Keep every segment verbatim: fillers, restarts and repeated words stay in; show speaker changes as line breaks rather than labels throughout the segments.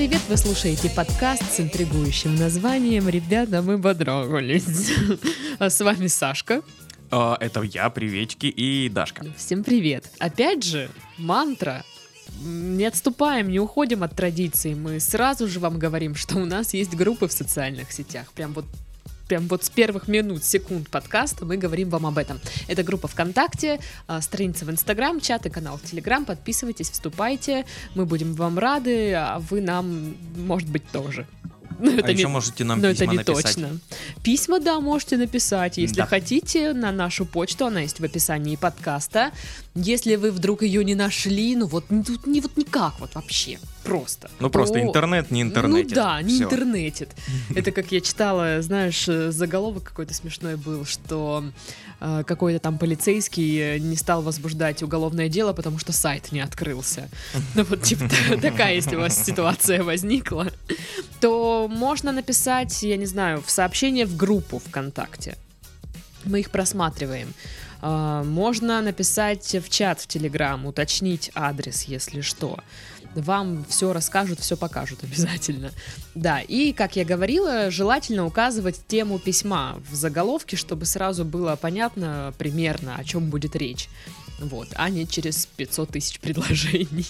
привет! Вы слушаете подкаст с интригующим названием «Ребята, мы подрались». С вами Сашка.
А, это я, приветики, и Дашка.
Всем привет! Опять же, мантра. Не отступаем, не уходим от традиций. Мы сразу же вам говорим, что у нас есть группы в социальных сетях. Прям вот Прям вот с первых минут, секунд подкаста мы говорим вам об этом. Это группа ВКонтакте, страница в Инстаграм, чат и канал в Телеграм. Подписывайтесь, вступайте. Мы будем вам рады, а вы нам, может быть, тоже.
Но а это еще не, можете нам
но
письма
это не
написать.
Точно. Письма, да, можете написать. Если
да.
хотите, на нашу почту, она есть в описании подкаста. Если вы вдруг ее не нашли, ну вот тут не вот никак вот вообще. Просто.
Ну, просто то... интернет не интернетит.
Ну да, не
Всё.
интернетит. Это как я читала, знаешь, заголовок какой-то смешной был, что э, какой-то там полицейский не стал возбуждать уголовное дело, потому что сайт не открылся. Ну вот типа такая, если у вас ситуация возникла, то можно написать, я не знаю, в сообщение в группу ВКонтакте. Мы их просматриваем. Можно написать в чат в Телеграм, уточнить адрес, если что. Вам все расскажут, все покажут обязательно. Да, и, как я говорила, желательно указывать тему письма в заголовке, чтобы сразу было понятно примерно, о чем будет речь. Вот, а не через пятьсот тысяч предложений.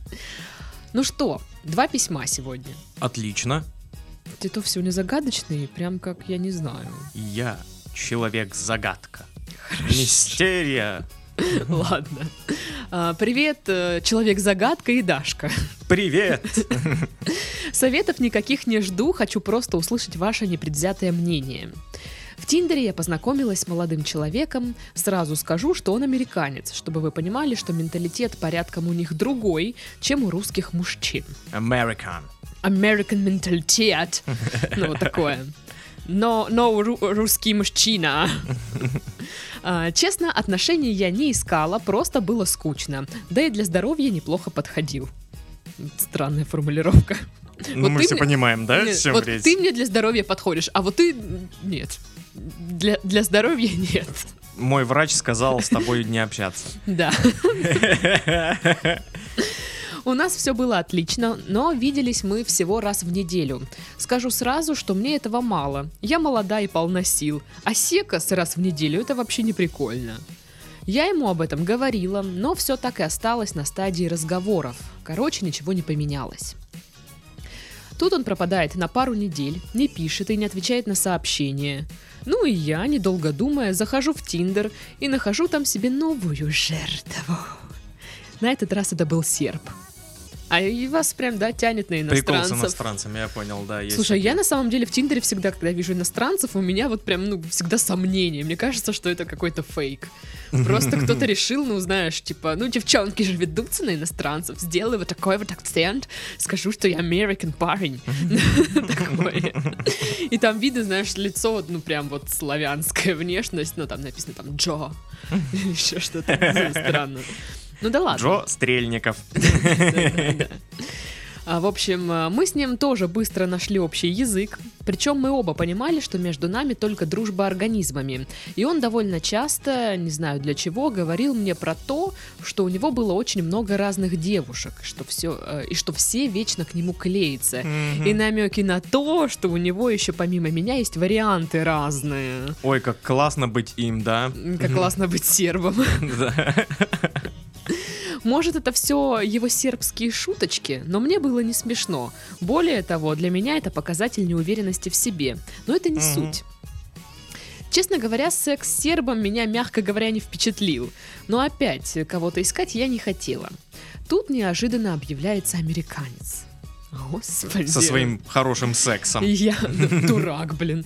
Ну что, два письма сегодня.
Отлично.
Титов сегодня загадочный, прям как я не знаю.
Я человек-загадка. Мистерия.
Ладно. А, привет, человек-загадка и Дашка.
Привет.
Советов никаких не жду, хочу просто услышать ваше непредвзятое мнение. В Тиндере я познакомилась с молодым человеком. Сразу скажу, что он американец, чтобы вы понимали, что менталитет порядком у них другой, чем у русских мужчин.
American.
American менталитет. Ну, вот такое. Но, но ру- русский мужчина. а, Честно, отношений я не искала, просто было скучно. Да и для здоровья неплохо подходил. Странная формулировка.
Ну,
вот
мы все
мне...
понимаем, да?
Нет,
Всем
вот
речь.
ты мне для здоровья подходишь, а вот ты... Нет. Для, для здоровья нет.
Мой врач сказал с тобой не общаться.
Да. У нас все было отлично, но виделись мы всего раз в неделю. Скажу сразу, что мне этого мало. Я молода и полна сил, а секс раз в неделю — это вообще не прикольно. Я ему об этом говорила, но все так и осталось на стадии разговоров. Короче, ничего не поменялось. Тут он пропадает на пару недель, не пишет и не отвечает на сообщения. Ну и я, недолго думая, захожу в Тиндер и нахожу там себе новую жертву. На этот раз это был серб. А и вас прям, да, тянет на иностранцев.
Прикол с иностранцами, я понял, да. Есть
Слушай,
такие.
я на самом деле в Тиндере всегда, когда вижу иностранцев, у меня вот прям, ну, всегда сомнения. Мне кажется, что это какой-то фейк. Просто кто-то решил, ну, знаешь, типа, ну, девчонки же ведутся на иностранцев, сделаю вот такой вот акцент, скажу, что я American парень. Такое. И там видно, знаешь, лицо, ну, прям вот славянская внешность, ну, там написано там Джо, еще что-то странное. Ну да ладно.
Джо Стрельников.
А, в общем, мы с ним тоже быстро нашли общий язык. Причем мы оба понимали, что между нами только дружба организмами. И он довольно часто, не знаю для чего, говорил мне про то, что у него было очень много разных девушек, что все, э, и что все вечно к нему клеятся. Mm-hmm. И намеки на то, что у него еще помимо меня есть варианты разные.
Ой, как классно быть им, да?
Как классно быть сербом.
Да.
Может, это все его сербские шуточки, но мне было не смешно. Более того, для меня это показатель неуверенности в себе. Но это не mm-hmm. суть. Честно говоря, секс с сербом меня, мягко говоря, не впечатлил. Но опять, кого-то искать я не хотела. Тут неожиданно объявляется американец. Господи.
Со своим хорошим сексом.
Я дурак, блин.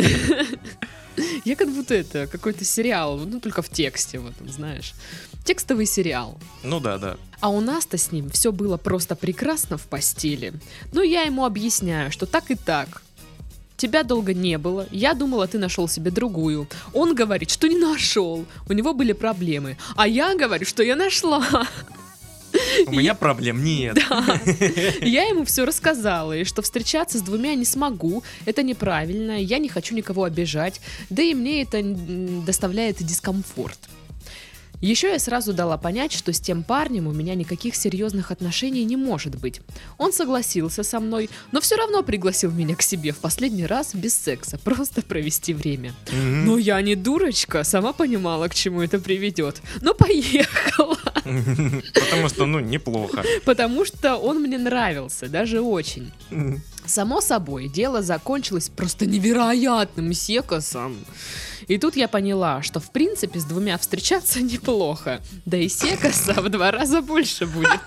Я как будто это, какой-то сериал, ну только в тексте, вот, знаешь. Текстовый сериал.
Ну да, да.
А у нас-то с ним все было просто прекрасно в постели. Ну я ему объясняю, что так и так. Тебя долго не было, я думала, ты нашел себе другую. Он говорит, что не нашел, у него были проблемы. А я говорю, что я нашла.
У меня проблем нет.
Да. Я ему все рассказала, и что встречаться с двумя не смогу, это неправильно, я не хочу никого обижать, да и мне это доставляет дискомфорт. Еще я сразу дала понять, что с тем парнем у меня никаких серьезных отношений не может быть. Он согласился со мной, но все равно пригласил меня к себе в последний раз без секса, просто провести время.
Мгм.
Но я не дурочка, сама понимала, к чему это приведет. Но поехала,
Потому что, ну, неплохо.
потому что он мне нравился, даже очень. Само собой, дело закончилось просто невероятным секосом. И тут я поняла, что в принципе с двумя встречаться неплохо. Да и секоса в два раза больше будет.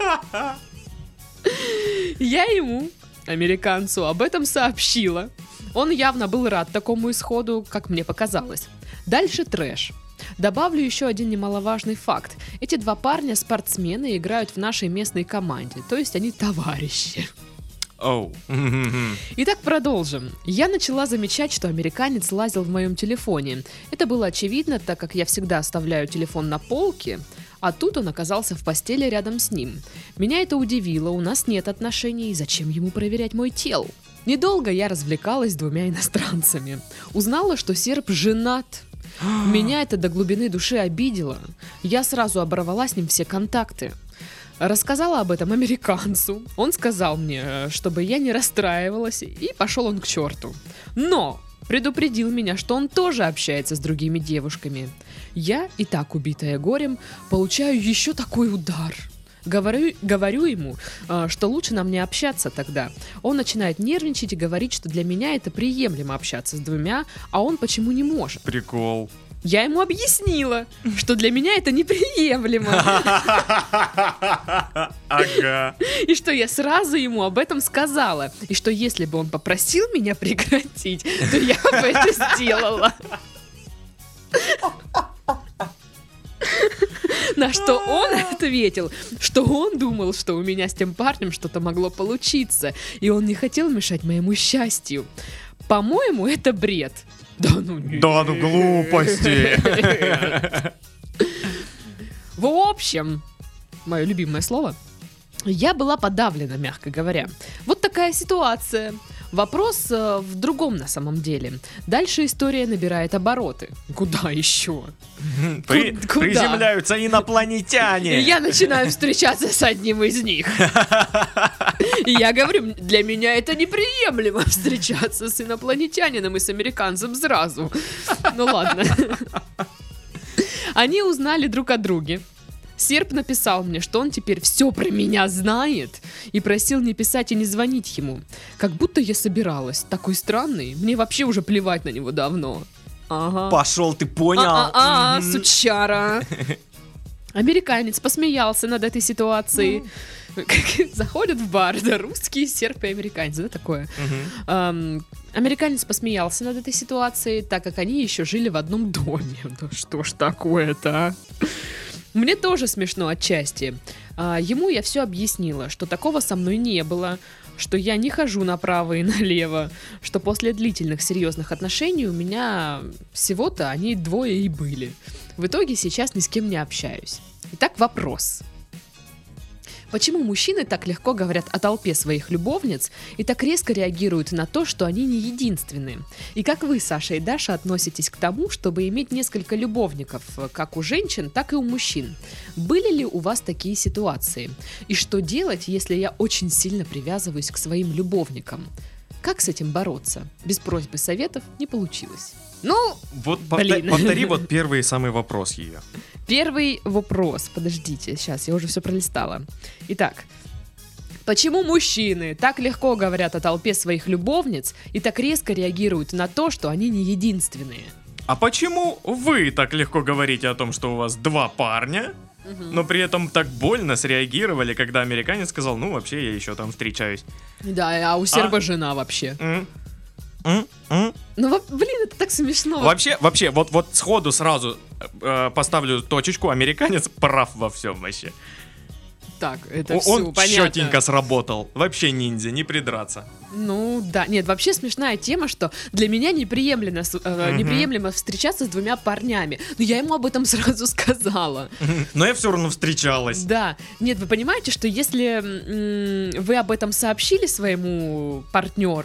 Я ему, американцу, об этом сообщила. Он явно был рад такому исходу, как мне показалось. Дальше трэш. Добавлю еще один немаловажный факт. Эти два парня спортсмены, играют в нашей местной команде. То есть они товарищи.
Оу. Мгм.
Итак, продолжим. Я начала замечать, что американец лазил в моем телефоне. Это было очевидно, так как я всегда оставляю телефон на полке, а тут он оказался в постели рядом с ним. Меня это удивило, у нас нет отношений, зачем ему проверять мой тел? Недолго я развлекалась с двумя иностранцами. Узнала, что серб женат. Меня это до глубины души обидело. Я сразу оборвала с ним все контакты. Рассказала об этом американцу. Он сказал мне, э, чтобы я не расстраивалась, и пошел он к черту. Но предупредил меня, что он тоже общается с другими девушками. Я, и так убитая горем, получаю еще такой удар. Говорю, говорю ему, э, что лучше нам не общаться тогда. Он начинает нервничать и говорить, что для меня это приемлемо общаться с двумя, а он почему не может.
Прикол.
Я ему объяснила, что для меня это неприемлемо.
Ага.
И что я сразу ему об этом сказала. И что если бы он попросил меня прекратить, то я бы это сделала. На что он ответил, что он думал, что у меня с тем парнем что-то могло получиться, и он не хотел мешать моему счастью. По-моему, это бред. Да ну нет.
Да ну глупости.
В общем, мое любимое слово, я была подавлена, мягко говоря. Вот такая ситуация. Вопрос э, в другом на самом деле. Дальше история набирает обороты. Куда еще?
При-
Куда?
Приземляются инопланетяне.
И я начинаю встречаться с одним из них. И я говорю, для меня это неприемлемо встречаться с инопланетянином и с американцем сразу. Ну ладно. Они узнали друг о друге. Серб написал мне, что он теперь все про меня знает, и просил не писать и не звонить ему. Как будто я собиралась. Такой странный. Мне вообще уже плевать на него давно. Ага.
Пошел, ты понял?
А-а-а,
Мгм.
сучара. Американец посмеялся над этой ситуацией. Как заходят в бар, да, русские, серб и американец, да, такое.
Мгм.
Ам, американец посмеялся над этой ситуацией, так как они еще жили в одном доме. Да что ж такое-то, а? Мне тоже смешно отчасти. А, ему я все объяснила, что такого со мной не было, что я не хожу направо и налево, что после длительных серьезных отношений у меня всего-то они двое и были. В итоге сейчас ни с кем не общаюсь. Итак, вопрос. Почему мужчины так легко говорят о толпе своих любовниц и так резко реагируют на то, что они не единственные? И как вы, Саша и Даша, относитесь к тому, чтобы иметь несколько любовников, как у женщин, так и у мужчин? Были ли у вас такие ситуации? И что делать, если я очень сильно привязываюсь к своим любовникам? Как с этим бороться? Без просьбы советов не получилось. Ну,
Вот повтор-
Блин.
повтори вот первый самый вопрос ее.
первый вопрос. Подождите, сейчас, я уже все пролистала. Итак, почему мужчины так легко говорят о толпе своих любовниц и так резко реагируют на то, что они не единственные?
А почему вы так легко говорите о том, что у вас два парня, но при этом так больно среагировали, когда американец сказал, ну вообще я еще там встречаюсь?
Да, а у серба жена вообще.
М? М? М?
Ну, во- блин, это так смешно.
Вообще, вообще, вот, вот сходу сразу э, поставлю точечку, американец прав во всем вообще.
Так, это
О-
все
Он
понятно.
четенько сработал. Вообще ниндзя, не придраться.
Ну, да. Нет, вообще смешная тема, что для меня неприемлемо, с- э,
Мгм.
неприемлемо встречаться с двумя парнями. Но я ему об этом сразу сказала.
Но я все равно встречалась.
Да. Нет, вы понимаете, что если м, вы об этом сообщили своему партнеру,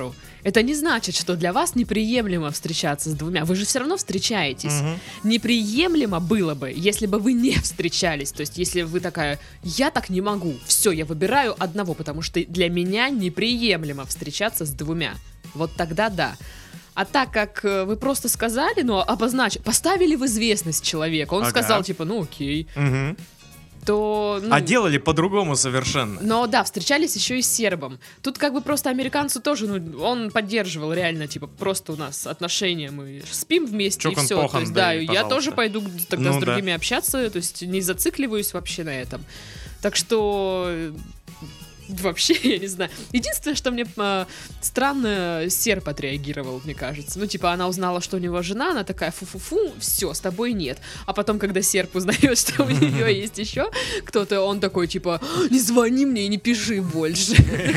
Это не значит, что для вас неприемлемо встречаться с двумя. Вы же все равно встречаетесь. Угу. Неприемлемо было бы, если бы вы не встречались. То есть, если вы такая, я так не могу, все, я выбираю одного, потому что для меня неприемлемо встречаться с двумя. Вот тогда да. А так как вы просто сказали, ну, обозначили, поставили в известность человека, он ага. сказал, типа, ну окей.
Угу.
То, ну,
а делали по-другому совершенно.
Но да, встречались еще и с сербом. Тут как бы просто американцу тоже, ну, он поддерживал реально, типа, просто у нас отношения, мы спим вместе
Чокан,
и все.
похан,
то есть, да,
да,
я тоже пойду тогда
ну,
с другими
да.
общаться, то есть не зацикливаюсь вообще на этом. Так что... Вообще, я не знаю. Единственное, что мне э, странно, серб отреагировал, мне кажется. Ну, типа, она узнала, что у него жена, она такая, фу-фу-фу, все, с тобой нет. А потом, когда серб узнает, что у нее есть еще кто-то, он такой, типа, не звони мне и не пиши больше.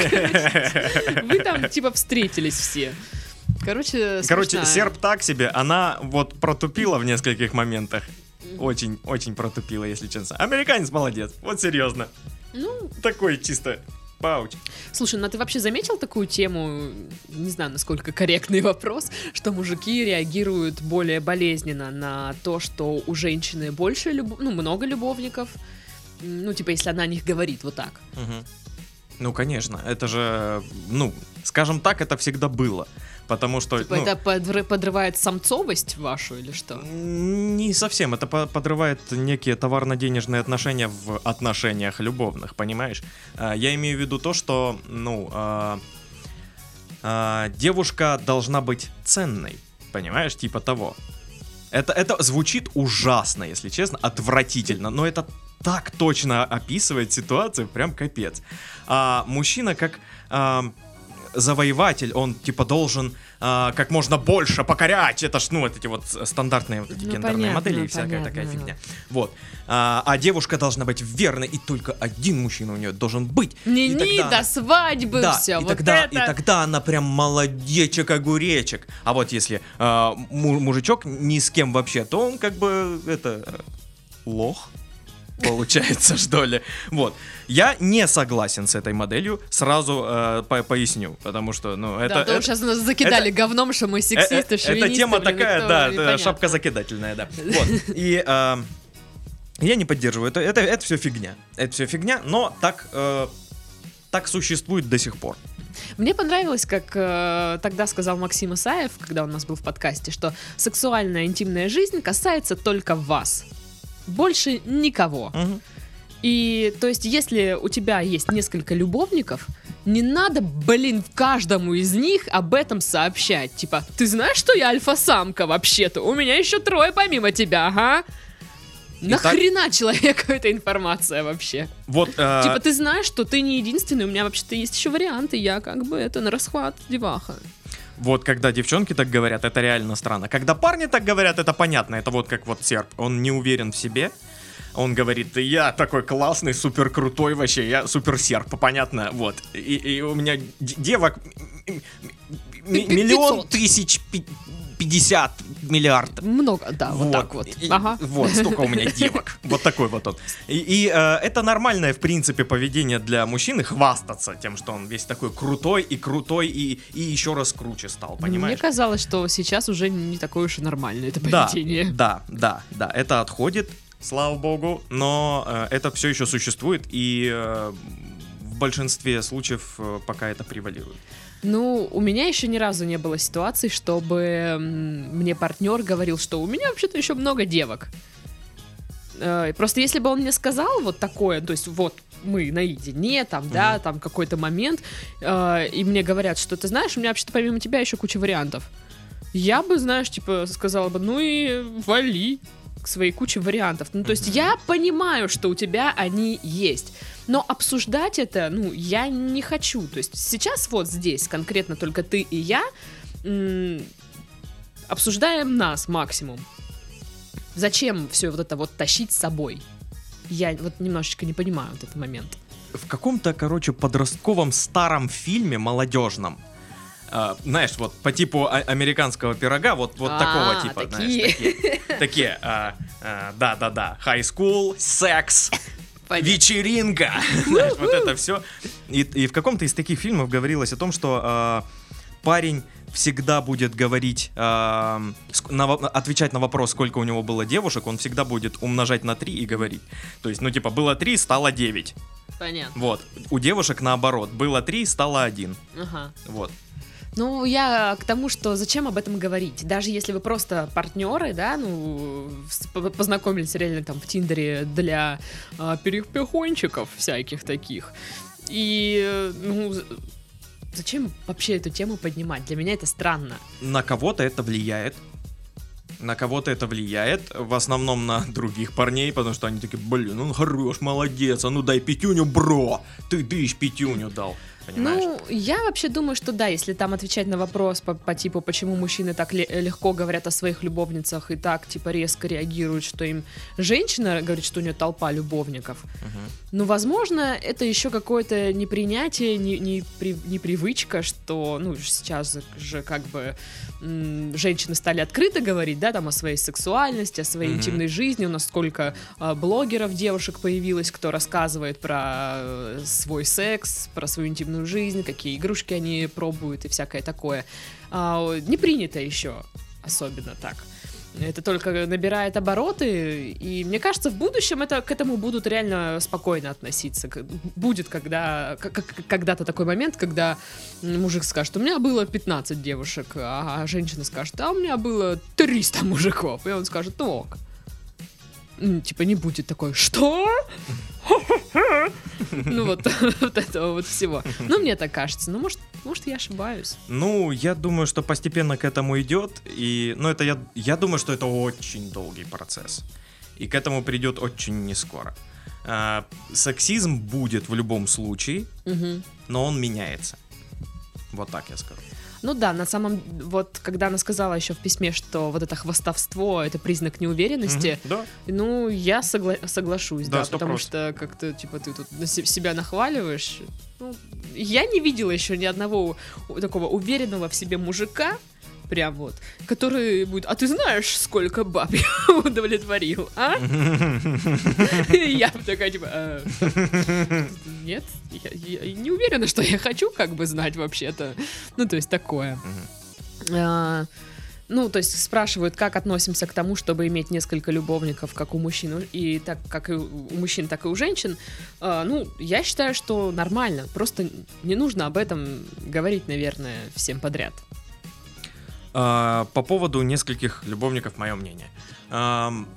Вы там, типа, встретились все. Короче,
Короче, серб так себе, она вот протупила в нескольких моментах. Очень, очень протупила, если честно. Американец молодец, вот серьезно.
Ну,
такой чисто пауч.
Слушай, ну а ты вообще заметил такую тему, не знаю, насколько корректный вопрос, что мужики реагируют более болезненно на то, что у женщины больше, люб... ну, много любовников, ну, типа, если она о них говорит вот так.
Угу. Ну, конечно, это же, ну, скажем так, это всегда было. Потому что...
Типа
ну,
это подрывает самцовость вашу или что?
Не совсем. Это подрывает некие товарно-денежные отношения в отношениях любовных, понимаешь? Я имею в виду то, что, ну, а, а, девушка должна быть ценной, понимаешь? Типа того. Это, это звучит ужасно, если честно, отвратительно, но это так точно описывает ситуацию, прям капец. А мужчина как... А, завоеватель, он типа должен а, как можно больше покорять. Это ж, ну, вот эти вот стандартные вот эти
ну,
гендерные
понятно,
модели и всякая
понятно.
такая фигня. Вот. А, а девушка должна быть верной, и только один мужчина у нее должен быть.
Не-не, до
она...
свадьбы
да,
все.
И,
вот
тогда,
это...
и тогда она прям молодечек-огуречек. А вот если а, мужичок ни с кем вообще, то он как бы это лох. Получается, что ли. Вот. Я не согласен с этой моделью, сразу э, по поясню, потому что, ну, это...
Да,
это,
сейчас нас закидали
это,
говном, что мы сексисты, шовинисты.
Эта тема
блин,
такая, да, это шапка закидательная, да. Вот. И э, я не поддерживаю, это, это, это все фигня. Это все фигня, но так, э, так существует до сих пор.
Мне понравилось, как э, тогда сказал Максим Исаев, когда он у нас был в подкасте, что сексуальная интимная жизнь касается только вас. Больше никого.
Угу.
И, то есть, если у тебя есть несколько любовников, не надо, блин, каждому из них об этом сообщать. Типа, ты знаешь, что я альфа-самка вообще-то? У меня еще трое помимо тебя, ага. Нахрена так... человеку эта информация вообще?
Вот, э...
Типа, ты знаешь, что ты не единственный, у меня вообще-то есть еще варианты, я как бы это на расхват деваха.
Вот когда девчонки так говорят, это реально странно. Когда парни так говорят, это понятно. Это вот как вот серб. Он не уверен в себе. Он говорит, я такой классный, супер крутой вообще, я супер серб, понятно. Вот. И, и у меня девок миллион тысяч пятьдесят миллиардов.
Много, да, вот, вот так вот.
И,
ага.
Вот, столько у меня девок. Вот такой вот он. И, и э, это нормальное, в принципе, поведение для мужчины, хвастаться тем, что он весь такой крутой и крутой, и, и еще раз круче стал, понимаешь?
Мне казалось, что сейчас уже не такое уж и нормальное это поведение.
Да, да, да, да, это отходит, слава богу, но э, это все еще существует, и э, в большинстве случаев э, пока это превалирует.
Ну, у меня еще ни разу не было ситуации, чтобы мне партнер говорил, что у меня вообще-то еще много девок. Просто если бы он мне сказал вот такое, то есть вот мы наедине, там, да, mm-hmm. там какой-то момент, и мне говорят, что ты знаешь, у меня вообще-то помимо тебя еще куча вариантов. Я бы, знаешь, типа сказала бы, ну и вали к своей куче вариантов. Ну, то есть mm-hmm. я понимаю, что у тебя они есть. Но обсуждать это, ну, я не хочу. То есть сейчас вот здесь конкретно только ты и я м- обсуждаем нас максимум. Зачем все вот это вот тащить с собой? Я вот немножечко не понимаю вот этот момент.
В каком-то, короче, подростковом старом фильме молодежном, э, знаешь, вот по типу а- американского пирога, вот, вот такого типа,
такие.
знаешь, такие, такие, э, э, да-да-да, high school, секс,
Понятно.
вечеринка, знаешь, вот это все. И, и в каком-то из таких фильмов говорилось о том, что э, парень всегда будет говорить, э, ск- на, во- отвечать на вопрос, сколько у него было девушек, он всегда будет умножать на три и говорить. То есть, ну, типа, было три, стало девять.
Понятно.
Вот. У девушек наоборот. Было три, стало один.
Ага.
Вот.
Ну, я к тому, что зачем об этом говорить? Даже если вы просто партнеры, да, ну, с- по- познакомились реально там в Тиндере для а, перепихончиков всяких таких. И, э, ну, з- зачем вообще эту тему поднимать? Для меня это странно.
На кого-то это влияет. На кого-то это влияет. В основном на других парней, потому что они такие, блин, он хорош, молодец, а ну дай пятюню, бро. Ты дышь пятюню дал. Понимаешь?
Ну, я вообще думаю, что да, если там отвечать на вопрос по, по типу, почему мужчины так ле- легко говорят о своих любовницах и так, типа, резко реагируют, что им женщина говорит, что у нее толпа любовников.
Мгм.
Ну, возможно, это еще какое-то непринятие, не, не при- непривычка, что, ну, сейчас же как бы м, женщины стали открыто говорить, да, там, о своей сексуальности, о своей
Мгм.
интимной жизни. У нас сколько а, блогеров, девушек появилось, кто рассказывает про э, свой секс, про свою интимную жизнь, какие игрушки они пробуют и всякое такое. А, не принято еще, особенно так. Это только набирает обороты, и мне кажется, в будущем это, к этому будут реально спокойно относиться. К- Будет когда, к- к- когда-то такой момент, когда мужик скажет, у меня было пятнадцать девушек, а женщина скажет, а у меня было триста мужиков. И он скажет, ну ок. М, Типа не будет такой, что? Ну вот, вот этого вот всего. Ну, мне так кажется. Ну, может, может, я ошибаюсь.
Ну, я думаю, что постепенно к этому идет. И, ну, это я, я думаю, что это очень долгий процесс. И к этому придет очень нескоро. А, сексизм будет в любом случае,
Мгм.
но он меняется. Вот так я скажу.
Ну да, на самом... Вот, когда она сказала еще в письме, что вот это хвастовство, это признак неуверенности,
Мгм, да.
ну, я согла- соглашусь,
Да,
да,
сто
потому
процентов.
что как-то, типа, ты тут на се- себя нахваливаешь. Ну, я не видела еще ни одного у- такого уверенного в себе мужика, прям вот, который будет, а ты знаешь, сколько баб я удовлетворил, а? И я такая, типа, «А, нет, я, я не уверена, что я хочу как бы знать вообще-то. Ну, то есть такое.
Мгм.
А, ну, то есть спрашивают, как относимся к тому, чтобы иметь несколько любовников, как у мужчин, и так как и у мужчин, так и у женщин. А, ну, я считаю, что нормально. Просто не нужно об этом говорить, наверное, всем подряд.
А, по поводу нескольких любовников, мое мнение. Ам,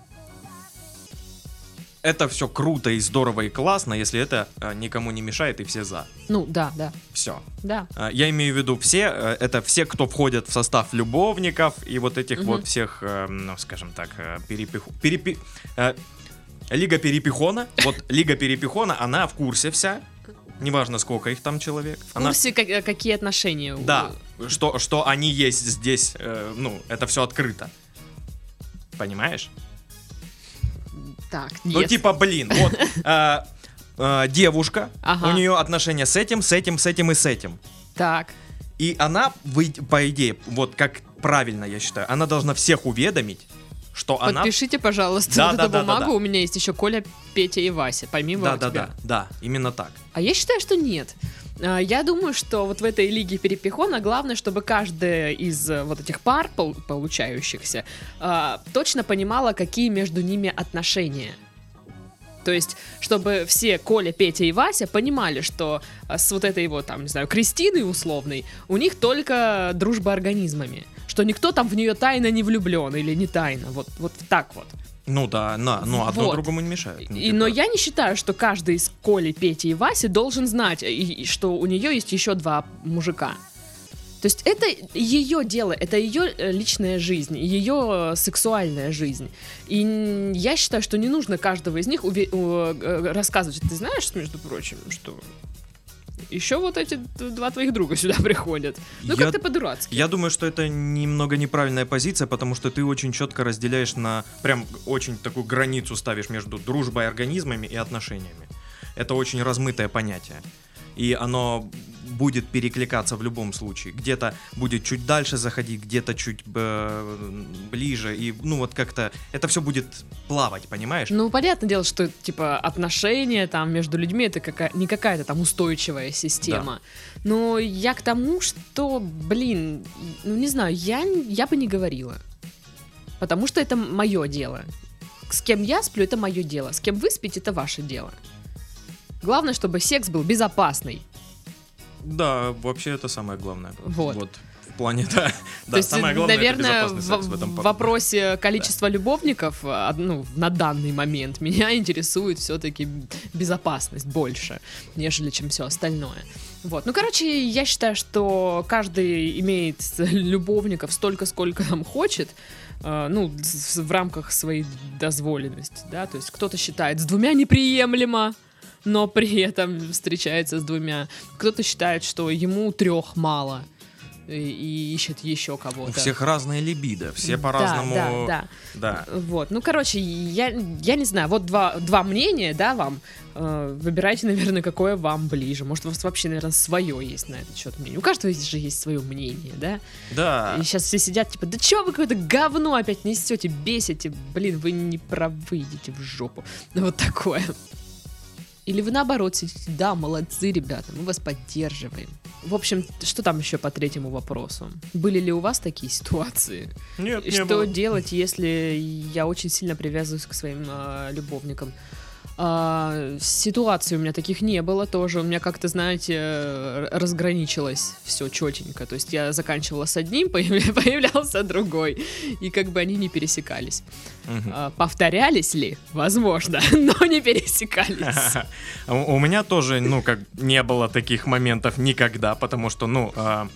это все круто и здорово и классно, если это а, никому не мешает и все за.
Ну, да, да,
Все.
да.
Я имею в виду все, э, это все, кто входят в состав любовников и вот этих
Мгм.
вот всех, э, ну, скажем так, э, перепиху... перепи- э, Лига Перепихона. Вот Лига Перепихона, она в курсе вся. Неважно, сколько их там человек.
В
Она...
курсе, как- э, какие отношения. у-
Да, что, что они есть здесь, э, ну, это все открыто. Понимаешь?
Так,
Ну,
нет.
типа, блин, вот э, э, девушка,
Ага.
у нее отношения с этим, с этим, с этим и с этим.
Так.
И она, вы- по идее, вот как правильно я считаю, она должна всех уведомить, что она...
Подпишите, пожалуйста,
Да,
вот
да,
эту
да, да,
бумагу.
да.
У меня есть еще Коля, Петя и Вася, помимо
Да,
тебя.
да, да, да, именно так.
А я считаю, что нет. А, Я думаю, что вот в этой лиге перепихона главное, чтобы каждая из э, вот этих пар пол- получающихся а, точно понимала, какие между ними отношения. То есть, чтобы все Коля, Петя и Вася понимали, что а, с вот этой вот, там, не знаю, Кристиной условной, у них только дружба организмами. Что никто там в нее тайно не влюблен или не тайно. Вот, вот так вот.
Ну да, на, ну одно
Вот.
другому не мешает. Ну,
И,
типа,
но я не считаю, что каждый из Коли, Пети и Васи должен знать, и- и что у нее есть еще два мужика. То есть это ее дело, это ее э, личная жизнь, ее э, сексуальная жизнь. И н- я считаю, что не нужно каждого из них уве- у- э, рассказывать. Ты знаешь, между прочим, что еще вот эти д- два твоих друга сюда приходят. Ну,
Я-
как-то по-дурацки.
Я думаю, что это немного неправильная позиция, потому что ты очень четко разделяешь на... Прям очень такую границу ставишь между дружбой, организмами и отношениями. Это очень размытое понятие. И оно будет перекликаться в любом случае. Где-то будет чуть дальше заходить, где-то чуть э, ближе. И, ну, вот как-то это все будет плавать, понимаешь?
Ну, понятное дело, что, типа, отношения там между людьми это какая- не какая-то там устойчивая система. Да. Но я к тому, что, блин, ну, не знаю, я, я бы не говорила. Потому что это мое дело. С кем я сплю, это мое дело. С кем вы спите, это ваше дело. Главное, чтобы секс был безопасный.
Да, вообще это самое главное.
Вот.
Вот. В плане, да.
То
да,
есть,
самое главное,
наверное,
это безопасный секс в этом
в вопросе количества да. любовников, ну, на данный момент меня интересует все-таки безопасность больше, нежели чем все остальное. Вот. Ну, короче, я считаю, что каждый имеет любовников столько, сколько там хочет, э, ну, в, в рамках своей дозволенности, да, то есть кто-то считает, с двумя неприемлемо, но при этом встречается с двумя. Кто-то считает, что ему трех мало и, и ищет еще кого-то.
У всех разная либидо, все по-разному.
Да, да, да.
да.
Вот, ну, короче, я, я не знаю, вот два, два мнения, да, вам. Э, выбирайте, наверное, какое вам ближе. Может, у вас вообще, наверное, свое есть на этот счет мнение. У каждого же есть свое мнение, да?
Да.
И сейчас все сидят, типа, да чего вы какое-то говно опять несете, бесите, блин, вы не правы, идите в жопу. Ну, вот такое. Или вы наоборот сидите, да, молодцы, ребята, мы вас поддерживаем. В общем, что там еще по третьему вопросу? Были ли у вас такие ситуации?
Нет,
И
не
что
было.
делать, если я очень сильно привязываюсь к своим э, любовникам? А, ситуаций у меня таких не было тоже. У меня как-то, знаете, разграничилось все четенько. То есть я заканчивала с одним, появля- появлялся другой. И как бы они не пересекались.
Мгм.
А, повторялись ли? Возможно, но не пересекались.
У у меня тоже, ну, как не было таких моментов никогда, потому что, ну, а,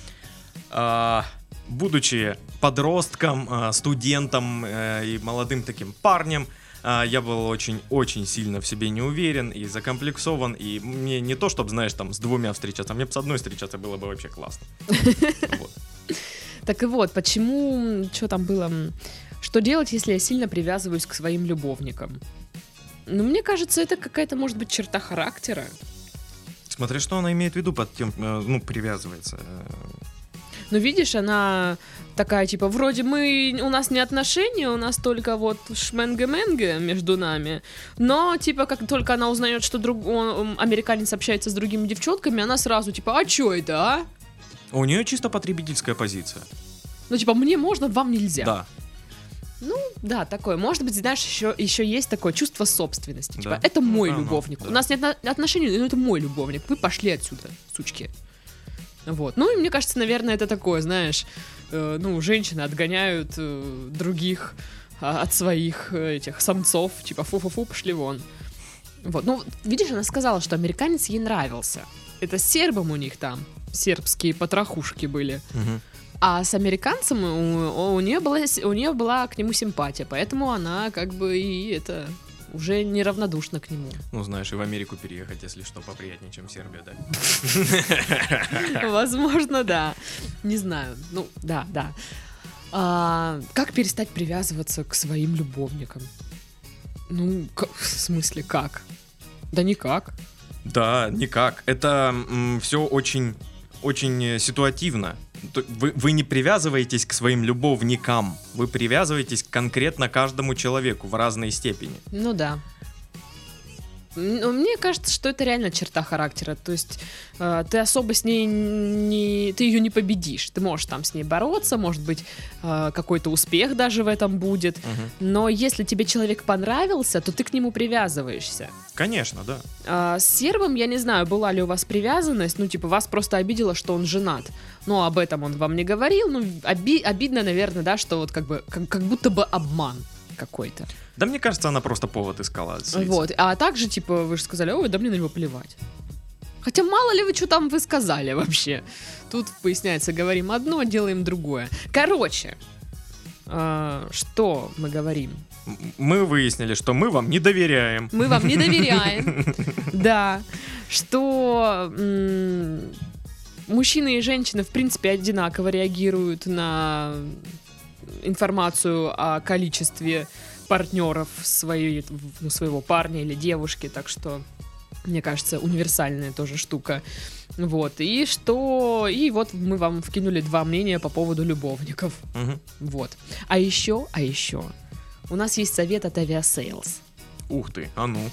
а, будучи подростком, а, студентом а, и молодым таким парнем, а, я был очень-очень сильно в себе не уверен и закомплексован, и мне не то, чтобы, знаешь, там, с двумя встречаться, мне бы с одной встречаться было бы вообще классно. Вот.
Так и вот, почему, что там было, что делать, если я сильно привязываюсь к своим любовникам? Ну, мне кажется, это какая-то, может быть, черта характера.
Смотри, что она имеет в виду под тем, э, ну, привязывается.
Ну, видишь, она такая, типа, вроде мы, у нас не отношения, у нас только вот шменге-менге между нами, но, типа, как только она узнает, что друг, он, американец общается с другими девчонками, она сразу, типа, а чё это, а?
У нее чисто потребительская позиция.
Ну, типа, мне можно, вам нельзя.
Да.
Ну, да, такое. Может быть, знаешь, еще, еще есть такое чувство собственности. Типа,
Да.
это мой
Ну,
любовник.
да.
У нас нет на- отношений, но это мой любовник. Вы пошли отсюда, сучки. Вот. Ну, и мне кажется, наверное, это такое, знаешь, э, ну, женщины отгоняют э, других а, от своих э, этих самцов. Типа, фу-фу-фу, пошли вон. Вот. Ну, видишь, она сказала, что американец ей нравился. Это с сербом у них там. Сербские потрохушки были.
Мгм.
А с американцем у, у нее была, у нее была к нему симпатия, поэтому она как бы и это уже неравнодушна к нему.
Ну, знаешь, и в Америку переехать, если что, поприятнее, чем Сербия, да?
Возможно, да. Не знаю. Ну, да, да. А, как перестать привязываться к своим любовникам? Ну, к- в смысле, как? Да никак.
Да, никак. Это все очень, очень э, ситуативно. То- Вы, вы не привязываетесь к своим любовникам, вы привязываетесь к конкретно каждому человеку в разной степени.
Ну да. Ну, мне кажется, что это реально черта характера. То есть э, ты особо с ней не... Ты ее не победишь. Ты можешь там с ней бороться, может быть, э, какой-то успех даже в этом будет.
Мгм.
Но если тебе человек понравился, то ты к нему привязываешься.
Конечно, да.
А с сербом, я не знаю, была ли у вас привязанность, ну, типа, вас просто обидело, что он женат. Но об этом он вам не говорил. Ну, оби- обидно, наверное, да, что вот как бы, как, как будто бы обман какой-то.
Да мне кажется, она просто повод искала. слиться.
Вот. А также, типа, вы же сказали, ой, да мне на него плевать. Хотя мало ли вы, что там вы сказали вообще. Тут поясняется, говорим одно, делаем другое. Короче, а, что мы говорим?
М- Мы выяснили, что мы вам не доверяем.
Мы вам не доверяем. Да. Что м, мужчины и женщины, в принципе, одинаково реагируют на информацию о количестве партнеров своей, ну, своего парня или девушки. Так что, мне кажется, универсальная тоже штука. Вот, и что... И вот мы вам вкинули два мнения по поводу любовников.
Мгм.
Вот. А еще, а еще, у нас есть совет от Aviasales.
Ух ты, а ну.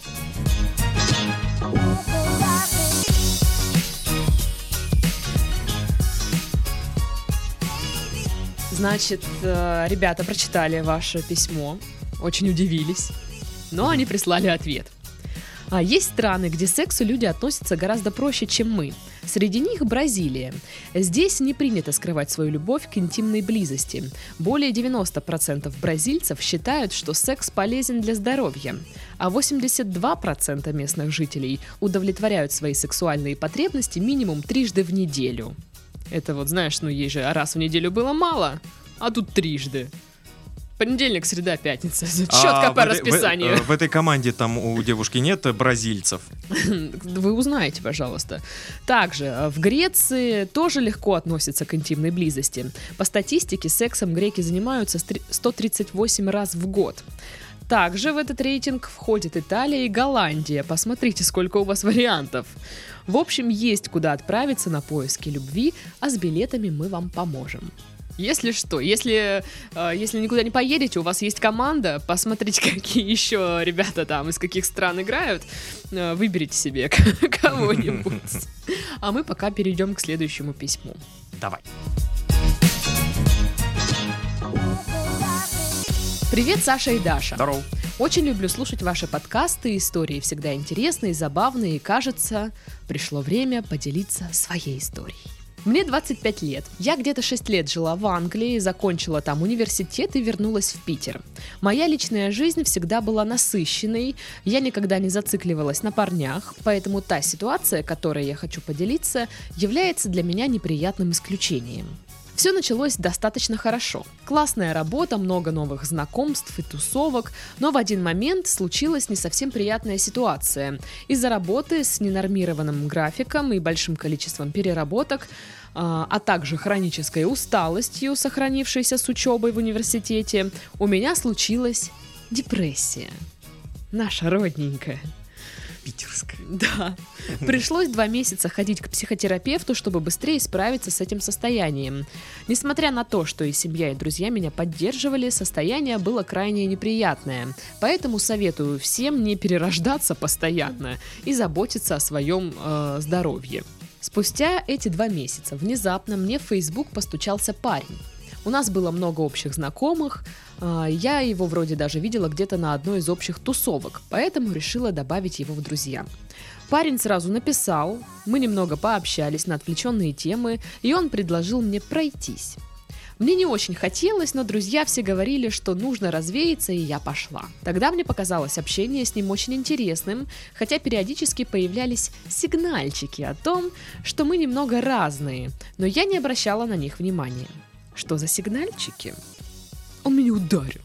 Значит, э, ребята прочитали ваше письмо, очень удивились, но они прислали ответ. А есть страны, где к сексу люди относятся гораздо проще, чем мы. Среди них Бразилия. Здесь не принято скрывать свою любовь к интимной близости. Более девяносто процентов бразильцев считают, что секс полезен для здоровья, а восемьдесят два процента местных жителей удовлетворяют свои сексуальные потребности минимум трижды в неделю. Это вот, знаешь, ну ей же раз в неделю было мало, а тут трижды. Понедельник, среда, пятница. Четко
А
по
в этой-
расписанию.
В, в этой команде там у девушки нет бразильцев.
Вы узнаете, пожалуйста. Также э, в Греции тоже легко относятся к интимной близости. По статистике, сексом греки занимаются стри- сто тридцать восемь раз в год. Также в этот рейтинг входит Италия и Голландия. Посмотрите, сколько у вас вариантов. В общем, есть куда отправиться на поиски любви, а с билетами мы вам поможем. Если что, если, э, если никуда не поедете, у вас есть команда, посмотрите, какие еще ребята там из каких стран играют, э, выберите себе кого-нибудь. А мы пока перейдем к следующему письму.
Давай.
Привет, Саша и Даша.
Здорово.
Очень люблю слушать ваши подкасты, истории всегда интересные, забавные, и кажется, пришло время поделиться своей историей. Мне двадцать пять лет. Я где-то шесть лет жила в Англии, закончила там университет и вернулась в Питер. Моя личная жизнь всегда была насыщенной, я никогда не зацикливалась на парнях, поэтому та ситуация, которой я хочу поделиться, является для меня неприятным исключением. Все началось достаточно хорошо. Классная работа, много новых знакомств и тусовок, но в один момент случилась не совсем приятная ситуация. Из-за работы с ненормированным графиком и большим количеством переработок, а, а также хронической усталостью, сохранившейся с учебой в университете, у меня случилась депрессия. Наша родненькая.
Питерская.
Да. Пришлось два месяца ходить к психотерапевту, чтобы быстрее справиться с этим состоянием. Несмотря на то, что и семья, и друзья меня поддерживали, состояние было крайне неприятное. Поэтому советую всем не перерождаться постоянно и заботиться о своем э, здоровье. Спустя эти два месяца внезапно мне в Facebook постучался парень. У нас было много общих знакомых, я его вроде даже видела где-то на одной из общих тусовок, поэтому решила добавить его в друзья. Парень сразу написал, мы немного пообщались на отвлеченные темы, и он предложил мне пройтись. Мне не очень хотелось, но друзья все говорили, что нужно развеяться, и я пошла. Тогда мне показалось общение с ним очень интересным, хотя периодически появлялись сигнальчики о том, что мы немного разные, но я не обращала на них внимания. Что за сигнальчики? Он меня ударил.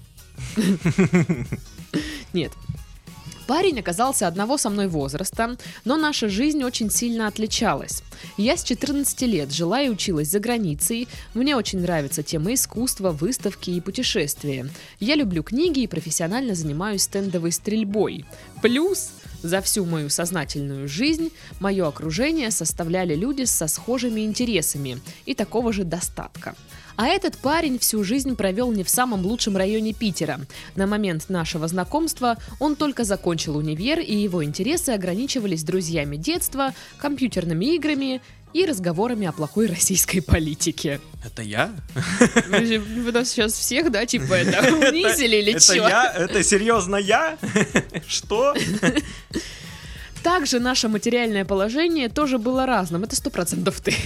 Нет. Парень оказался одного со мной возраста, но наша жизнь очень сильно отличалась. Я с четырнадцати лет жила и училась за границей, мне очень нравится тема искусства, выставки и путешествия. Я люблю книги и профессионально занимаюсь стендовой стрельбой. Плюс за всю мою сознательную жизнь мое окружение составляли люди со схожими интересами и такого же достатка. А этот парень всю жизнь провел не в самом лучшем районе Питера. На момент нашего знакомства он только закончил универ, и его интересы ограничивались друзьями детства, компьютерными играми и разговорами о плохой российской политике.
Это я?
Вы, же- вы нас сейчас всех, да, типа это унизили или
Это
чё?
я? Это серьезно я? Что?
Также наше материальное положение тоже было разным. Это сто процентов ты.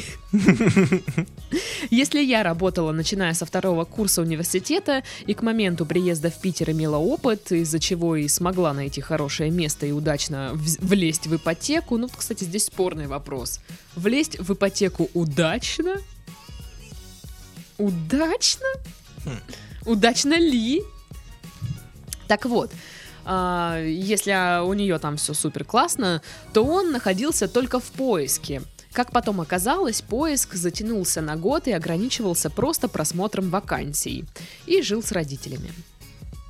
Если я работала, начиная со второго курса университета, и к моменту приезда в Питер имела опыт, из-за чего и смогла найти хорошее место и удачно вз- влезть в ипотеку. Ну, кстати, здесь спорный вопрос. Влезть в ипотеку удачно? Удачно?
Хм.
Удачно ли? Так вот, а, если у нее там все супер классно, то он находился только в поиске. Как потом оказалось, поиск затянулся на год и ограничивался просто просмотром вакансий. И жил с родителями.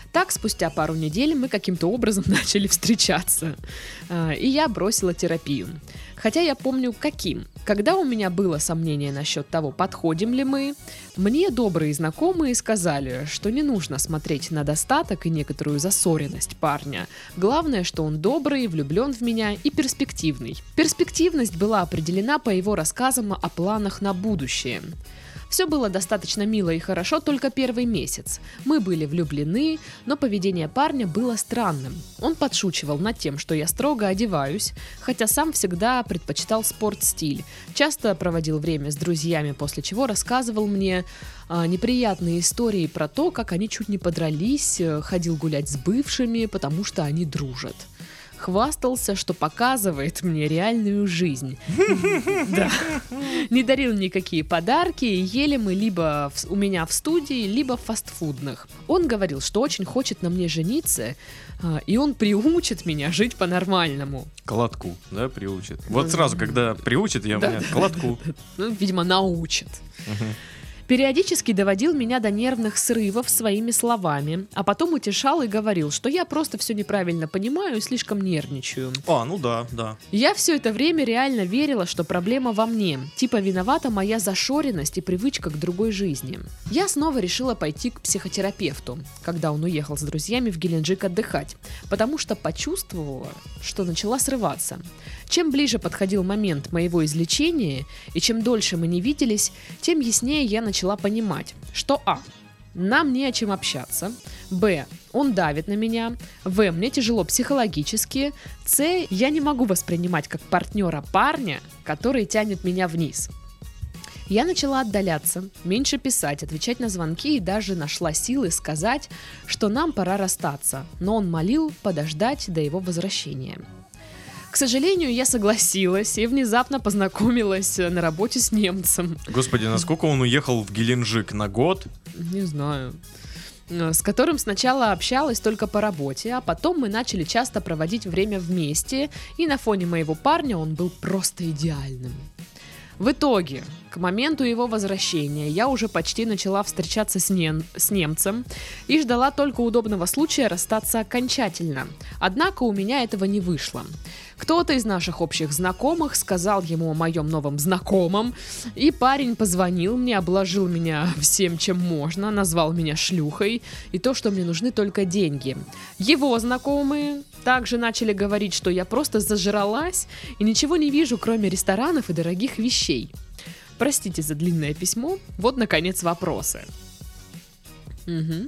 Так, спустя пару недель мы каким-то образом начали встречаться. И я бросила терапию. Хотя я помню, каким. Когда у меня было сомнение насчет того, подходим ли мы, мне добрые знакомые сказали, что не нужно смотреть на достаток и некоторую засоренность парня. Главное, что он добрый, влюблен в меня и перспективный. Перспективность была определена по его рассказам о планах на будущее. Все было достаточно мило и хорошо только первый месяц. Мы были влюблены, но поведение парня было странным. Он подшучивал над тем, что я строго одеваюсь, хотя сам всегда предпочитал спортстиль. Часто проводил время с друзьями, после чего рассказывал мне а, неприятные истории про то, как они чуть не подрались, ходил гулять с бывшими, потому что они дружат. Хвастался, что показывает мне реальную жизнь. Да. Не дарил никакие подарки, и ели мы либо у меня в студии, либо в фастфудных. Он говорил, что очень хочет на мне жениться, и он приучит меня жить по-нормальному.
К лотку, да, приучит. Вот сразу, когда приучит, я понял, к лотку.
Ну, видимо, научит. Периодически доводил меня до нервных срывов своими словами, а потом утешал и говорил, что я просто все неправильно понимаю и слишком нервничаю.
А, ну да, да.
Я все это время реально верила, что проблема во мне. Типа виновата моя зашоренность и привычка к другой жизни. Я снова решила пойти к психотерапевту, когда он уехал с друзьями в Геленджик отдыхать, потому что почувствовала, что начала срываться. Чем ближе подходил момент моего излечения, и чем дольше мы не виделись, тем яснее я начала понимать, что а. нам не о чем общаться, б. он давит на меня, в. мне тяжело психологически, с. я не могу воспринимать как партнера парня, который тянет меня вниз. Я начала отдаляться, меньше писать, отвечать на звонки и даже нашла силы сказать, что нам пора расстаться, но он молил подождать до его возвращения. К сожалению, я согласилась и внезапно познакомилась на работе с немцем.
Господи, насколько он уехал в Геленджик? На год?
Не знаю. С которым сначала общалась только по работе, а потом мы начали часто проводить время вместе, и на фоне моего парня он был просто идеальным. В итоге, к моменту его возвращения я уже почти начала встречаться с, нем, с немцем и ждала только удобного случая расстаться окончательно. Однако у меня этого не вышло. Кто-то из наших общих знакомых сказал ему о моем новом знакомом, и парень позвонил мне, обложил меня всем, чем можно, назвал меня шлюхой, и то, что мне нужны только деньги. Его знакомые также начали говорить, что я просто зажралась и ничего не вижу, кроме ресторанов и дорогих вещей. Простите за длинное письмо, вот, наконец, вопросы. Угу.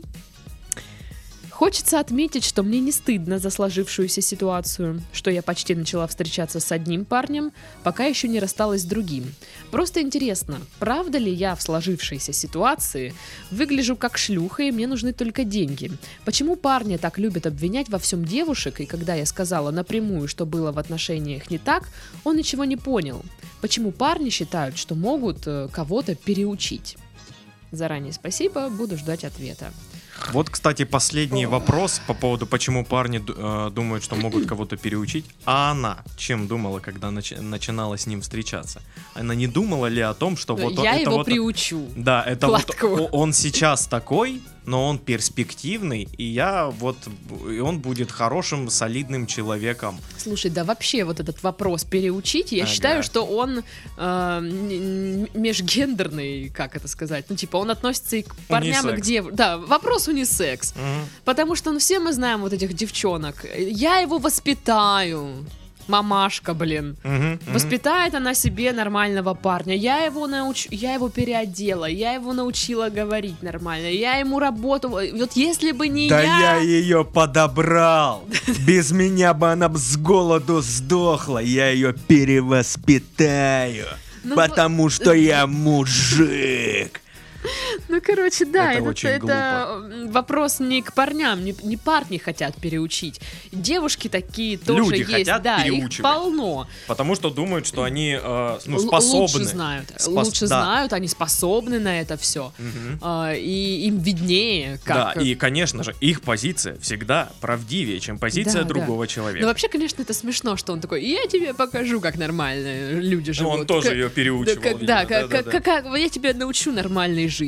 Хочется отметить, что мне не стыдно за сложившуюся ситуацию, что я почти начала встречаться с одним парнем, пока еще не рассталась с другим. Просто интересно, правда ли я в сложившейся ситуации выгляжу как шлюха и мне нужны только деньги? Почему парни так любят обвинять во всем девушек, и когда я сказала напрямую, что было в отношениях не так, он ничего не понял? Почему парни считают, что могут э, кого-то переучить? Заранее спасибо, буду ждать ответа.
Вот, кстати, последний вопрос по поводу, почему парни э, думают, что могут кого-то переучить. А она чем думала, когда нач- начинала с ним встречаться? Она не думала ли о том, что вот...
Я
это
его
вот,
приучу.
Да, это
Кладку.
вот он сейчас такой, но он перспективный, и я вот... И он будет хорошим, солидным человеком.
Слушай, да вообще вот этот вопрос переучить, я ага. считаю, что он э, межгендерный, как это сказать? Ну, типа, он относится и к парням, унисекс. И к девушкам. Да, вопрос унисекс. Угу. Потому что, ну, все мы знаем вот этих девчонок. Я его воспитаю. Мамашка, блин. Uh-huh, uh-huh. Воспитает она себе нормального парня. Я его науч... я его переодела, я его научила говорить нормально, я ему работу... Вот если бы не
да
я...
Да я ее подобрал. Без меня бы она с голоду сдохла. Я ее перевоспитаю. Ну, потому вот... что я мужик.
Ну, короче, да,
это,
это, это вопрос не к парням, не, не парни хотят переучить. Девушки такие тоже
люди
есть,
хотят
да,
переучивать.
Их полно.
Потому что думают, что они э, ну, способны.
Лучше знают, Спос... лучше да. знают, они способны на это все. Угу. Э, и им виднее, как...
Да, и, конечно же, их позиция всегда правдивее, чем позиция да, другого
да.
человека.
Ну, вообще, конечно, это смешно, что он такой, я тебе покажу, как нормальные люди живут.
Он тоже
как...
ее переучивал.
Да,
видимо,
да,
да,
как,
да,
как,
да.
как, я тебя научу нормальной жизни.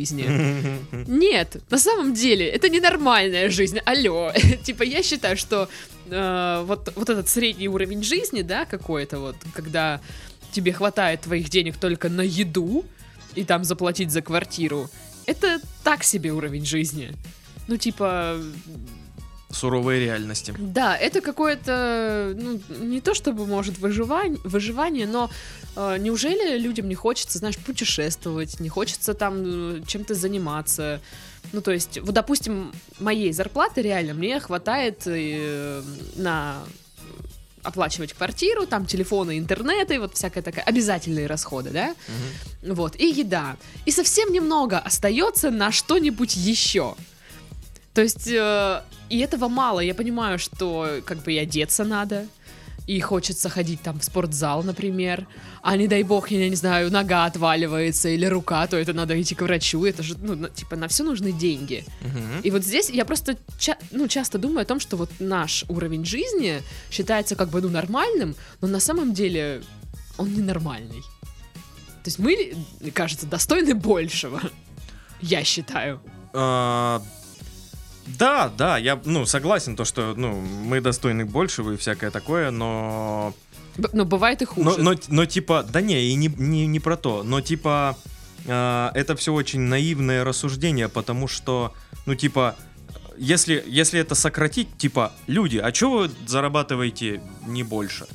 Нет, на самом деле, это ненормальная жизнь, алло. Типа, я считаю, что э, вот, вот этот средний уровень жизни, да, какой-то вот, когда тебе хватает твоих денег только на еду и там заплатить за квартиру, это так себе уровень жизни. Ну, типа...
Суровые реальности.
Да, это какое-то, ну, не то чтобы, может, выживание, выживание, но э, неужели людям не хочется, знаешь, путешествовать, не хочется там чем-то заниматься? Ну, то есть, вот, допустим, моей зарплаты реально мне хватает э, на оплачивать квартиру, там, телефоны, интернеты, вот всякая такая, обязательные расходы, да? Угу. Вот, и еда. И совсем немного остается на что-нибудь еще. То есть, э, и этого мало. Я понимаю, что как бы и одеться надо, и хочется ходить там в спортзал, например, а не дай бог, я не знаю, нога отваливается или рука, то это надо идти к врачу, это же, ну, на, типа, на все нужны деньги. Uh-huh. И вот здесь я просто ча- ну, часто думаю о том, что вот наш уровень жизни считается как бы, ну, нормальным, но на самом деле он ненормальный. То есть мы, кажется, достойны большего, я считаю.
Uh... Да, да, я, ну, согласен, то, что, ну, мы достойны большего и всякое такое, но...
Б- но бывает и хуже.
Но, но, но типа, да не, и не, не, не про то, но, типа, э, это все очень наивное рассуждение, потому что, ну, типа, если, если это сократить, типа, люди, а чё вы зарабатываете не больше?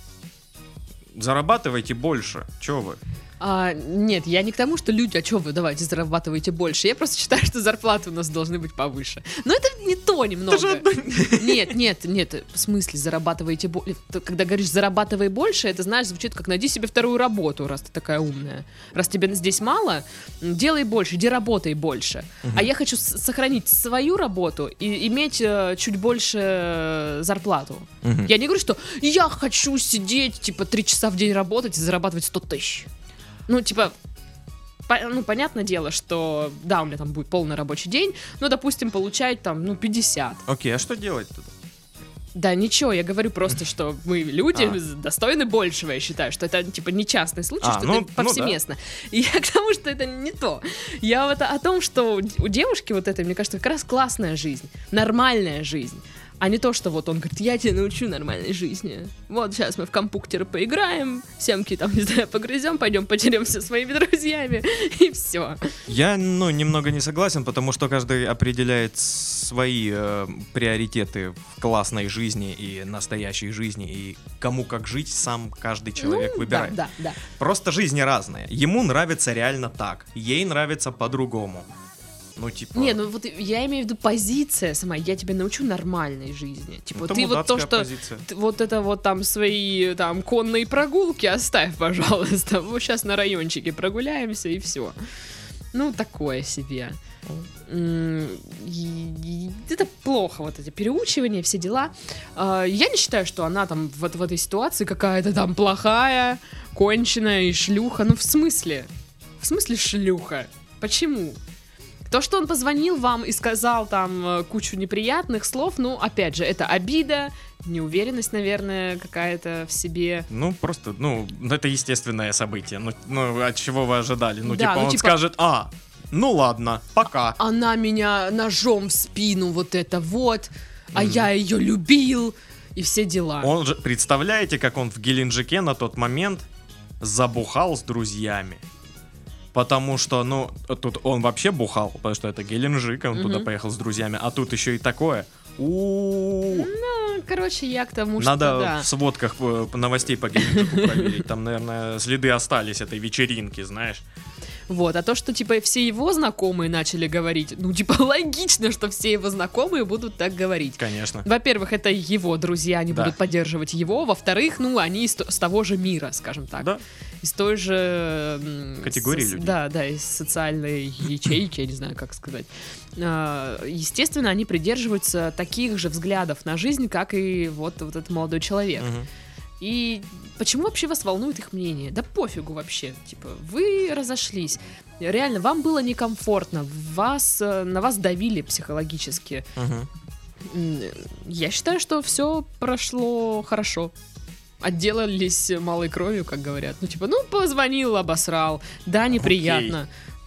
Зарабатывайте больше, чё вы?
А, нет, я не к тому, что люди, а что вы, давайте, зарабатываете больше. Я просто считаю, что зарплаты у нас должны быть повыше. Но это не то немного. Нет, нет, нет, в смысле зарабатываете больше. Когда говоришь зарабатывай больше, это, знаешь, звучит как найди себе вторую работу, раз ты такая умная. Раз тебе здесь мало, делай больше, иди работай больше. Угу. А я хочу с- сохранить свою работу и иметь э, чуть больше зарплату. Угу. Я не говорю, что я хочу сидеть, типа, три часа в день работать и зарабатывать сто тысяч. Ну, типа, по, ну, понятное дело, что, да, у меня там будет полный рабочий день, но, допустим, получать там, ну, пятьдесят.
Окей, а что делать тут?
Да, ничего, я говорю просто, что мы люди а. достойны большего, я считаю, что это, типа, не частный случай, а, что ну, это повсеместно. Ну, да. И я к тому, что это не то. Я вот о том, что у девушки вот этой, мне кажется, как раз классная жизнь, нормальная жизнь. А не то, что вот он говорит, я тебя научу нормальной жизни. Вот сейчас мы в компьютер поиграем, семки там, не знаю, погрызем, пойдем потеремся со своими друзьями, и все.
Я, ну, немного не согласен, потому что каждый определяет свои э, приоритеты в классной жизни и настоящей жизни, и кому как жить сам каждый человек ну, выбирает.
Да, да, да.
Просто жизни разные. Ему нравится реально так, ей нравится по-другому. Ну, типа...
Не, ну вот я имею в виду позиция сама, я тебя научу нормальной жизни. Типа,
это
ты вот то, что... Ты, вот это вот там свои там конные прогулки оставь, пожалуйста. Вот сейчас на райончике прогуляемся и все. Ну, такое себе. Это плохо, вот эти переучивания, все дела. Я не считаю, что она там вот в этой ситуации какая-то там плохая, конченая и шлюха. Ну, в смысле? В смысле шлюха? Почему? То, что он позвонил вам и сказал там кучу неприятных слов, ну, опять же, это обида, неуверенность, наверное, какая-то в себе.
Ну, просто, ну, это естественное событие. Ну, ну от чего вы ожидали? Ну,
да,
типа,
ну,
он
типа...
скажет, а, ну ладно, пока.
Она меня ножом в спину, вот это вот, а mm. я ее любил, и все дела.
Он же, представляете, как он в Геленджике на тот момент забухал с друзьями? Потому что, ну, тут он вообще бухал, потому что это Геленджик, он mm-hmm. туда поехал с друзьями, а тут еще и такое. У-у-у.
Ну, короче, я к тому,
Надо
что да.
в сводках новостей по Геленджику проверить, там, наверное, следы остались этой вечеринки, знаешь.
Вот, а то, что, типа, все его знакомые начали говорить, ну, типа, логично, что все его знакомые будут так говорить.
Конечно.
Во-первых, это его друзья, они да. будут поддерживать его. Во-вторых, ну, они из, с того же мира, скажем так.
Да.
Из той же...
Категории
с,
людей.
Да, да, из социальной ячейки, я не знаю, как сказать. Естественно, они придерживаются таких же взглядов на жизнь, как и вот, вот этот молодой человек. Угу. И почему вообще вас волнует их мнение? Да пофигу вообще. Типа, вы разошлись. Реально, вам было некомфортно. Вас, на вас давили психологически. Uh-huh. Я считаю, что все прошло хорошо. Отделались малой кровью, как говорят. Ну, типа, ну, позвонил, обосрал. Да, неприятно. Okay. Ну,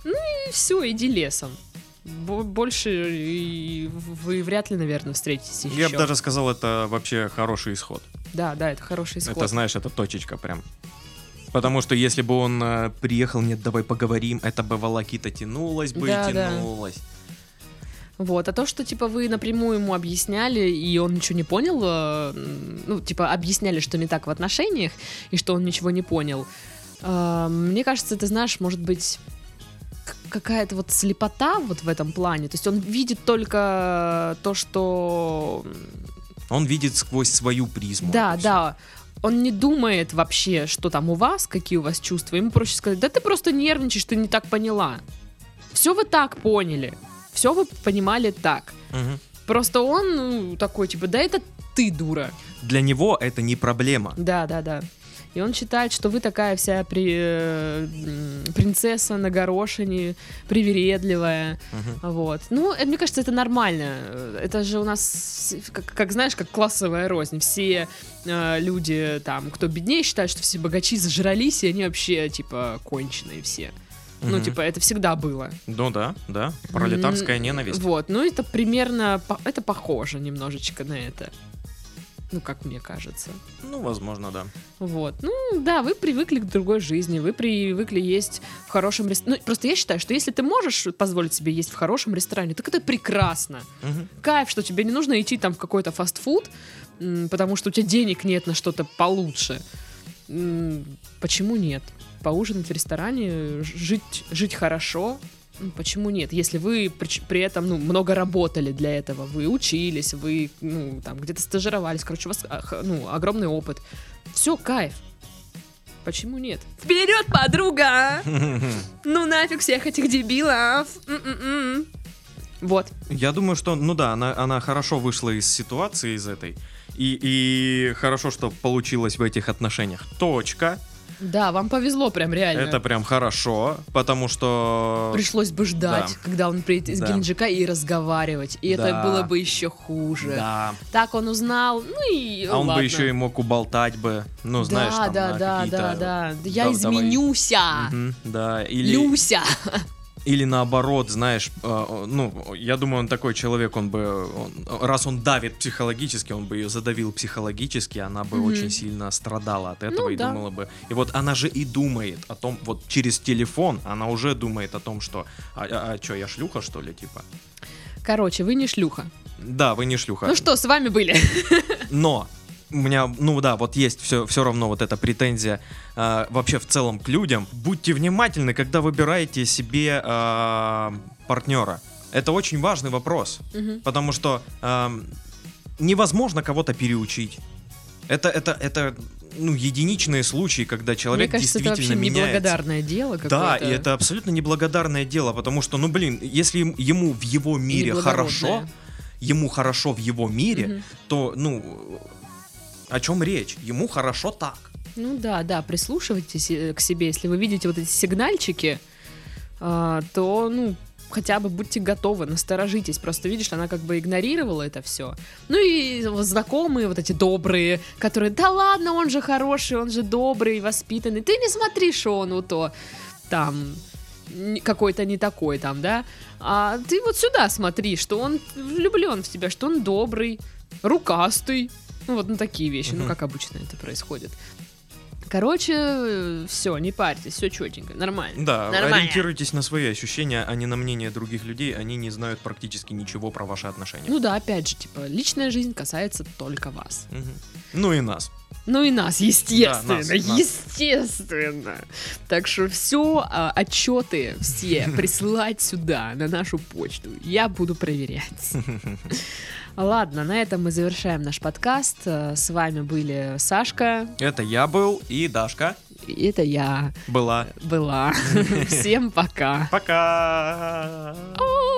и все, иди лесом. Больше и вы вряд ли, наверное, встретитесь еще.
Я бы даже сказал, это вообще хороший исход.
Да, да, это хороший исход.
Это, знаешь, это точечка прям. Потому что если бы он э, приехал, нет, давай поговорим, это бы волокита тянулась бы
да,
и тянулась.
Да. Вот, а то, что, типа, вы напрямую ему объясняли, и он ничего не понял, э, ну, типа, объясняли, что не так в отношениях, и что он ничего не понял, э, мне кажется, ты знаешь, может быть... какая-то вот слепота вот в этом плане. То есть он видит только то, что...
Он видит сквозь свою призму.
Да, да. Он не думает вообще, что там у вас, какие у вас чувства. Ему проще сказать, да ты просто нервничаешь, ты не так поняла. Все вы так поняли. Все вы понимали так.
Угу.
Просто он ну, такой, типа, да это ты дура.
Для него это не проблема.
Да, да, да. И он считает, что вы такая вся при, э, принцесса на горошине, привередливая. Uh-huh. Вот. Ну, это, мне кажется, это нормально. Это же у нас, как, как знаешь, как классовая рознь. Все э, люди, там, кто беднее, считают, что все богачи зажрались, и они вообще, типа, конченые все. Uh-huh. Ну, типа, это всегда было.
Ну да, да. Пролетарская ненависть.
Вот. Ну, это примерно, это похоже немножечко на это. Ну, как мне кажется.
Ну, возможно, да.
Вот. Ну, да, вы привыкли к другой жизни, вы привыкли есть в хорошем ресторане. Ну, просто я считаю, что если ты можешь позволить себе есть в хорошем ресторане, так это прекрасно.
Угу.
Кайф, что тебе не нужно идти там в какой-то фастфуд, потому что у тебя денег нет на что-то получше. Почему нет? Поужинать в ресторане, жить, жить хорошо. Ну, почему нет? Если вы при, при этом ну, много работали для этого, вы учились, вы ну, там где-то стажировались, короче, у вас ну, огромный опыт. Все, кайф. Почему нет? Вперед, подруга! Ну нафиг всех этих дебилов! М-м-м. Вот.
Я думаю, что, ну да, она, она хорошо вышла из ситуации, из этой. И, и хорошо, что получилось в этих отношениях. Точка.
Да, вам повезло прям реально.
Это прям хорошо, потому что...
Пришлось бы ждать, да. когда он приедет из да. Геленджика и разговаривать. И да. это было бы еще хуже.
Да.
Так он узнал, ну и
А он
ладно.
бы еще и мог уболтать бы, ну
да,
знаешь, там
да,
на
да,
какие-то...
Да, да, да. Я
да,
изменюся.
Угу, да, или...
Люся.
Или наоборот, знаешь, э, ну, я думаю, он такой человек, он бы, он, раз он давит психологически, он бы ее задавил психологически, она бы mm-hmm. очень сильно страдала от этого ну, и да. думала бы. И вот она же и думает о том, вот через телефон она уже думает о том, что, а, а, а что, я шлюха, что ли, типа?
Короче, вы не шлюха.
Да, вы не шлюха.
Ну что, с вами были.
Но... У меня, ну да, вот есть все, все равно вот эта претензия э, вообще в целом к людям. Будьте внимательны, когда выбираете себе э, партнера. Это очень важный вопрос, угу. потому что э, невозможно кого-то переучить. Это, это, это ну, единичные случаи, когда человек
Мне кажется,
действительно
это вообще
меняется.
Неблагодарное дело какое-то.
Да, и это абсолютно неблагодарное дело, потому что, ну блин, если ему в его мире хорошо, ему хорошо в его мире, угу. то, ну... О чем речь? Ему хорошо так.
Ну да, да, прислушивайтесь к себе. Если вы видите вот эти сигнальчики, э, то, ну, хотя бы будьте готовы, насторожитесь. Просто видишь, она как бы игнорировала это все. Ну и вот знакомые вот эти добрые, которые, да ладно, он же хороший, он же добрый, воспитанный. Ты не смотри, что он вот то там... какой-то не такой там, да? А ты вот сюда смотри, что он влюблен в тебя, что он добрый, рукастый. Ну вот на такие вещи, uh-huh. ну как обычно это происходит. Короче, все, не парьтесь, все четенько, нормально.
Да,
нормально.
Ориентируйтесь на свои ощущения, а не на мнение других людей, они не знают практически ничего про ваши отношения.
Ну да, опять же, типа, личная жизнь касается только вас.
Uh-huh. Ну и нас.
Ну и нас, естественно,
да, нас,
естественно. Нас. Так что все, а, отчеты все присылать сюда, на нашу почту. Я буду проверять. Ладно, на этом мы завершаем наш подкаст. С вами были Сашка.
Это я был и Дашка.
И это я.
Была.
Была. Всем пока.
Пока.